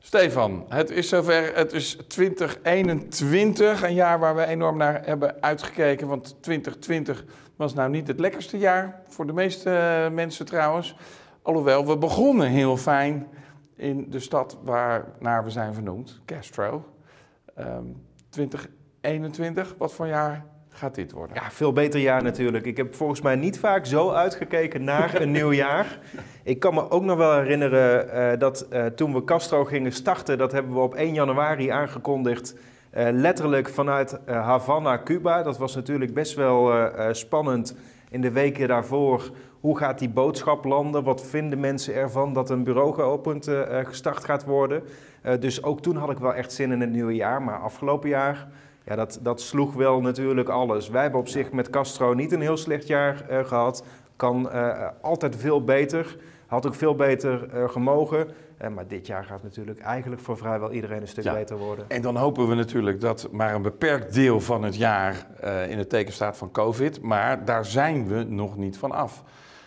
Stefan, het is zover. Het is 2021, een jaar waar we enorm naar hebben uitgekeken. Want 2020 was nou niet het lekkerste jaar, voor de meeste mensen trouwens. Alhoewel, we begonnen heel fijn in de stad waarnaar we zijn vernoemd, Castro. 2021, wat voor jaar gaat dit worden? Ja, veel beter jaar natuurlijk. Ik heb volgens mij niet vaak zo uitgekeken naar een nieuw jaar. Ik kan me ook nog wel herinneren dat toen we Castro gingen starten, dat hebben we op 1 januari aangekondigd. Letterlijk vanuit Havana, Cuba. Dat was natuurlijk best wel spannend in de weken daarvoor. Hoe gaat die boodschap landen? Wat vinden mensen ervan dat een bureau geopend, gestart gaat worden? Dus ook toen had ik wel echt zin in het nieuwe jaar. Maar afgelopen jaar, ja, dat sloeg wel natuurlijk alles. Wij hebben op zich met Castro niet een heel slecht jaar gehad. Kan altijd veel beter. Had ook veel beter gemogen. Maar dit jaar gaat natuurlijk eigenlijk voor vrijwel iedereen een stuk beter worden. En dan hopen we natuurlijk dat maar een beperkt deel van het jaar in het teken staat van COVID. Maar daar zijn we nog niet van af.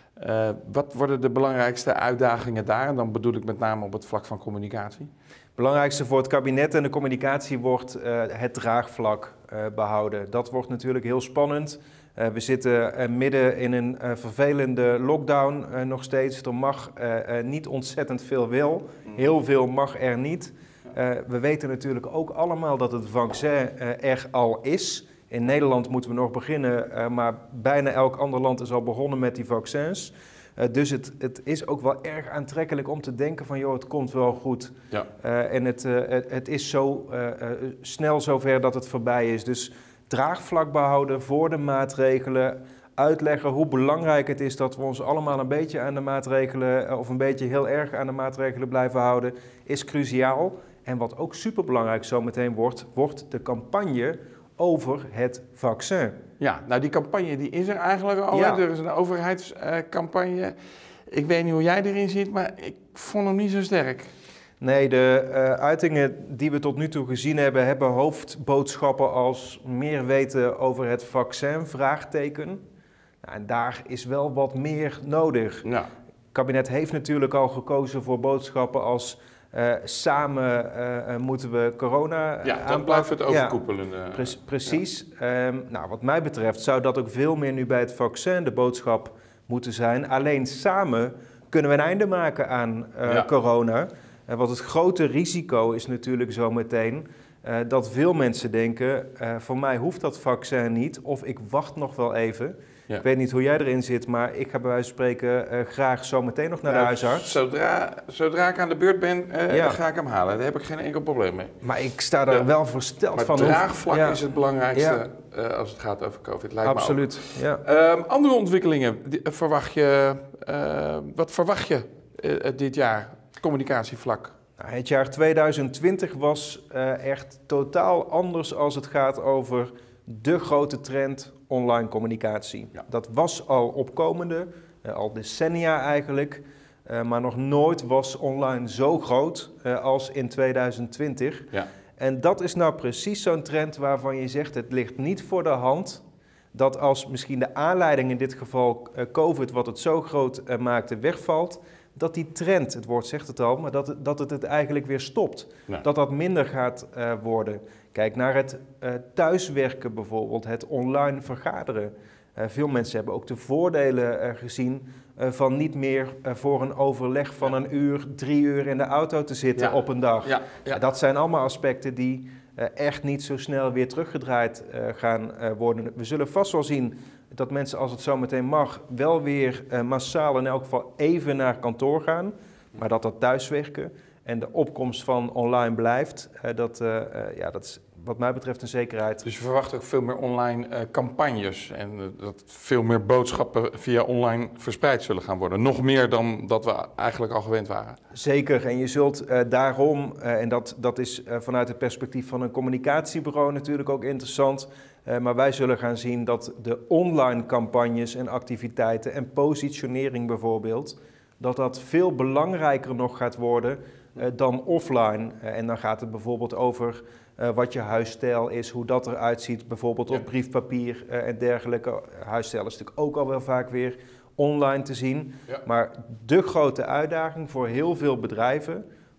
Wat worden de belangrijkste uitdagingen daar? En dan bedoel ik met name op het vlak van communicatie. Het belangrijkste voor het kabinet en de communicatie wordt het draagvlak behouden. Dat wordt natuurlijk heel spannend. We zitten midden in een vervelende lockdown nog steeds. Er mag niet ontzettend veel wil. Heel veel mag er niet. We weten natuurlijk ook allemaal dat het vaccin er al is. In Nederland moeten we nog beginnen, maar bijna elk ander land is al begonnen met die vaccins. Dus het is ook wel erg aantrekkelijk om te denken van, joh, het komt wel goed. Ja. En het is zo snel zover dat het voorbij is. Dus draagvlak behouden voor de maatregelen. Uitleggen hoe belangrijk het is dat we ons allemaal een beetje aan de maatregelen, of een beetje heel erg aan de maatregelen blijven houden, is cruciaal. En wat ook superbelangrijk zometeen wordt de campagne over het vaccin. Ja, nou die campagne die is er eigenlijk al. Ja. Er is een overheidscampagne. Ik weet niet hoe jij erin zit, maar ik vond hem niet zo sterk. Nee, de uitingen die we tot nu toe gezien hebben hoofdboodschappen als meer weten over het vaccin, vraagteken. Nou, en daar is wel wat meer nodig. Ja. Het kabinet heeft natuurlijk al gekozen voor boodschappen als samen moeten we corona aanpakken. Dan blijft het overkoepelen. Precies. Ja. Nou, wat mij betreft zou dat ook veel meer nu bij het vaccin de boodschap moeten zijn. Alleen samen kunnen we een einde maken aan corona. Want het grote risico is natuurlijk zometeen dat veel mensen denken, voor mij hoeft dat vaccin niet of ik wacht nog wel even. Ja. Ik weet niet hoe jij erin zit, maar ik ga bij wijze van spreken graag zometeen nog naar de huisarts. Zodra ik aan de beurt ben, ga ik hem halen. Daar heb ik geen enkel probleem mee. Maar ik sta er wel versteld van. Maar draagvlak is het belangrijkste als het gaat over COVID. Lijkt absoluut. Me ook. Andere ontwikkelingen, wat verwacht je dit jaar, communicatievlak? Nou, het jaar 2020 was echt totaal anders als het gaat over de grote trend online communicatie. Ja. Dat was al opkomende, al decennia eigenlijk, maar nog nooit was online zo groot als in 2020. Ja. En dat is nou precies zo'n trend waarvan je zegt, het ligt niet voor de hand dat als misschien de aanleiding in dit geval COVID, wat het zo groot maakte, wegvalt, dat die trend, het woord zegt het al, maar dat het eigenlijk weer stopt. Nee. Dat dat minder gaat worden. Kijk naar het thuiswerken bijvoorbeeld, het online vergaderen. Veel mensen hebben ook de voordelen gezien van niet meer voor een overleg van een uur, 3 uur in de auto te zitten op een dag. Ja. Ja. Dat zijn allemaal aspecten die echt niet zo snel weer teruggedraaid gaan worden. We zullen vast wel zien dat mensen, als het zo meteen mag, wel weer massaal in elk geval even naar kantoor gaan. Maar dat thuiswerken en de opkomst van online blijft, dat is wat mij betreft een zekerheid. Dus je verwacht ook veel meer online campagnes en dat veel meer boodschappen via online verspreid zullen gaan worden. Nog meer dan dat we eigenlijk al gewend waren. Zeker, en je zult daarom, en dat is vanuit het perspectief van een communicatiebureau natuurlijk ook interessant, maar wij zullen gaan zien dat de online campagnes en activiteiten en positionering bijvoorbeeld, dat veel belangrijker nog gaat worden dan offline. En dan gaat het bijvoorbeeld over wat je huisstijl is, hoe dat eruit ziet, bijvoorbeeld op briefpapier en dergelijke. Huisstijl is natuurlijk ook al wel vaak weer online te zien. Ja. Maar de grote uitdaging voor heel veel bedrijven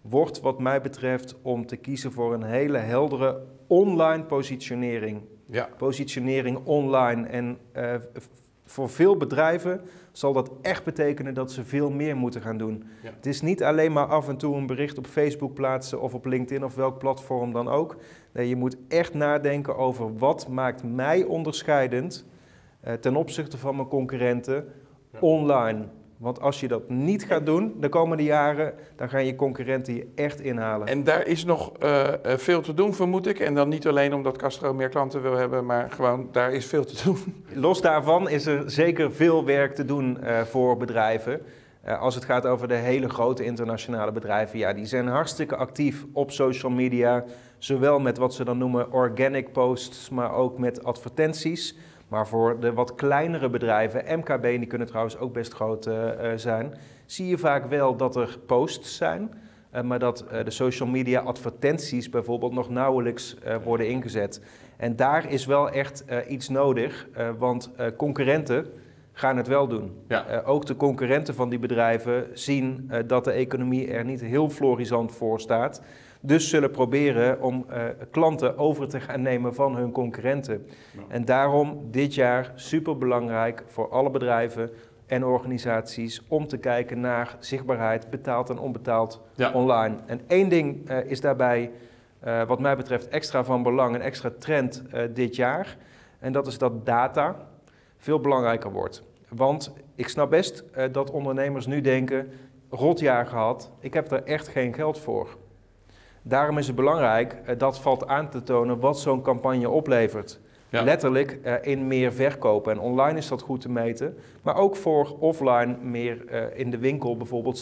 wordt wat mij betreft om te kiezen voor een hele heldere online positionering. Ja. Positionering online. En voor veel bedrijven zal dat echt betekenen dat ze veel meer moeten gaan doen. Ja. Het is niet alleen maar af en toe een bericht op Facebook plaatsen of op LinkedIn of welk platform dan ook. Nee, je moet echt nadenken over wat maakt mij onderscheidend ten opzichte van mijn concurrenten online. Want als je dat niet gaat doen de komende jaren, dan gaan je concurrenten je echt inhalen. En daar is nog veel te doen, vermoed ik. En dan niet alleen omdat Castro meer klanten wil hebben, maar gewoon daar is veel te doen. Los daarvan is er zeker veel werk te doen voor bedrijven. Als het gaat over de hele grote internationale bedrijven, ja, die zijn hartstikke actief op social media. Zowel met wat ze dan noemen organic posts, maar ook met advertenties. Maar voor de wat kleinere bedrijven, MKB, die kunnen trouwens ook best groot zijn, zie je vaak wel dat er posts zijn, maar dat de social media advertenties bijvoorbeeld nog nauwelijks worden ingezet. En daar is wel echt iets nodig, want concurrenten gaan het wel doen. Ja. Ook de concurrenten van die bedrijven zien dat de economie er niet heel florisant voor staat. Dus zullen proberen om klanten over te gaan nemen van hun concurrenten. Ja. En daarom dit jaar superbelangrijk voor alle bedrijven en organisaties om te kijken naar zichtbaarheid, betaald en onbetaald online. En één ding is daarbij wat mij betreft extra van belang, een extra trend dit jaar. En dat is dat data veel belangrijker wordt. Want ik snap best dat ondernemers nu denken, rotjaar gehad, ik heb er echt geen geld voor. Daarom is het belangrijk, dat valt aan te tonen wat zo'n campagne oplevert. Ja. Letterlijk in meer verkopen. En online is dat goed te meten. Maar ook voor offline, meer in de winkel bijvoorbeeld,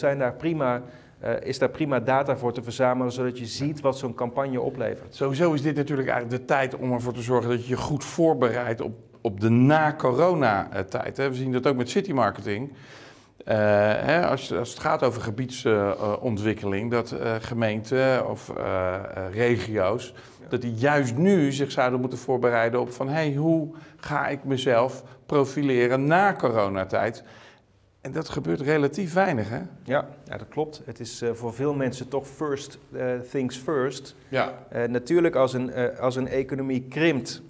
is daar prima data voor te verzamelen, zodat je ziet wat zo'n campagne oplevert. Sowieso is dit natuurlijk eigenlijk de tijd om ervoor te zorgen dat je je goed voorbereidt op de na-corona-tijd. We zien dat ook met city marketing. Als het gaat over gebiedsontwikkeling, dat gemeenten of regio's, dat die juist nu zich zouden moeten voorbereiden op van hoe ga ik mezelf profileren na coronatijd. En dat gebeurt relatief weinig, hè? Ja, dat klopt. Het is voor veel mensen toch first things first. Ja. Natuurlijk als een economie krimpt,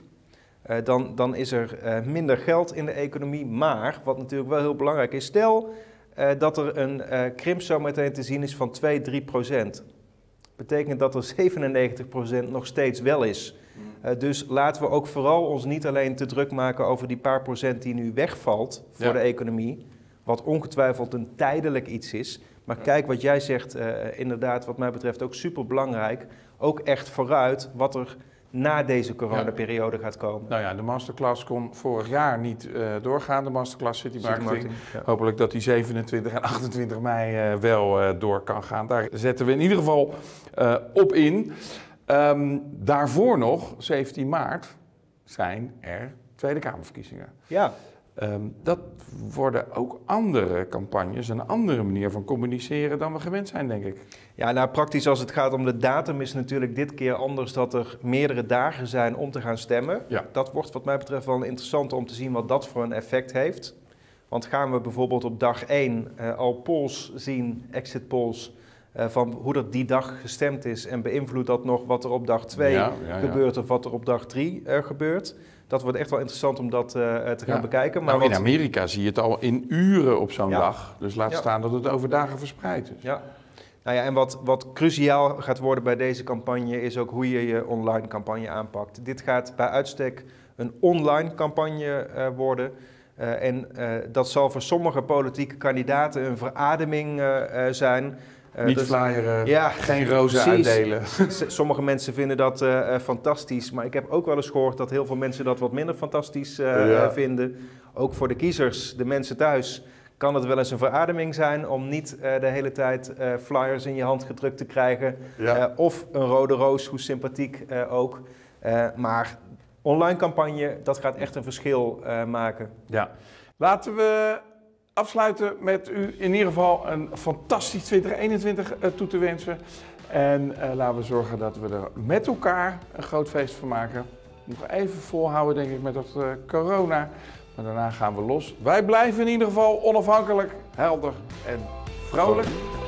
dan is er minder geld in de economie. Maar, wat natuurlijk wel heel belangrijk is, stel dat er een krimp zo meteen te zien is van 2-3%. Betekent dat er 97% nog steeds wel is. Dus laten we ook vooral ons niet alleen te druk maken over die paar procent die nu wegvalt voor de economie. Wat ongetwijfeld een tijdelijk iets is. Maar kijk wat jij zegt, inderdaad wat mij betreft ook superbelangrijk. Ook echt vooruit wat er na deze coronaperiode gaat komen. Nou ja, de masterclass kon vorig jaar niet doorgaan, de masterclass City Marketing. Hopelijk dat die 27 en 28 mei wel door kan gaan. Daar zetten we in ieder geval op in. Daarvoor nog, 17 maart, zijn er Tweede Kamerverkiezingen. Ja. Dat worden ook andere campagnes, een andere manier van communiceren dan we gewend zijn, denk ik. Ja, nou praktisch als het gaat om de datum is natuurlijk dit keer anders dat er meerdere dagen zijn om te gaan stemmen. Ja. Dat wordt wat mij betreft wel interessant om te zien wat dat voor een effect heeft. Want gaan we bijvoorbeeld op dag 1 al polls zien, exit polls, van hoe er die dag gestemd is en beïnvloedt dat nog wat er op dag 2 gebeurt of wat er op dag 3 gebeurt. Dat wordt echt wel interessant om dat te gaan bekijken. Maar in Amerika zie je het al in uren op zo'n dag. Dus laat staan dat het over dagen verspreid is. Ja. Nou ja, en wat cruciaal gaat worden bij deze campagne is ook hoe je je online campagne aanpakt. Dit gaat bij uitstek een online campagne worden. Dat zal voor sommige politieke kandidaten een verademing zijn. Niet flyeren, geen rozen uitdelen. Sommige mensen vinden dat fantastisch, maar ik heb ook wel eens gehoord dat heel veel mensen dat wat minder fantastisch vinden. Ook voor de kiezers, de mensen thuis, kan het wel eens een verademing zijn om niet de hele tijd flyers in je hand gedrukt te krijgen. Ja. Of een rode roos, hoe sympathiek ook. Maar online campagne, dat gaat echt een verschil maken. Ja. Laten we afsluiten met u in ieder geval een fantastisch 2021 toe te wensen. En laten we zorgen dat we er met elkaar een groot feest van maken. Nog even volhouden denk ik met dat corona. Maar daarna gaan we los. Wij blijven in ieder geval onafhankelijk, helder en vrolijk.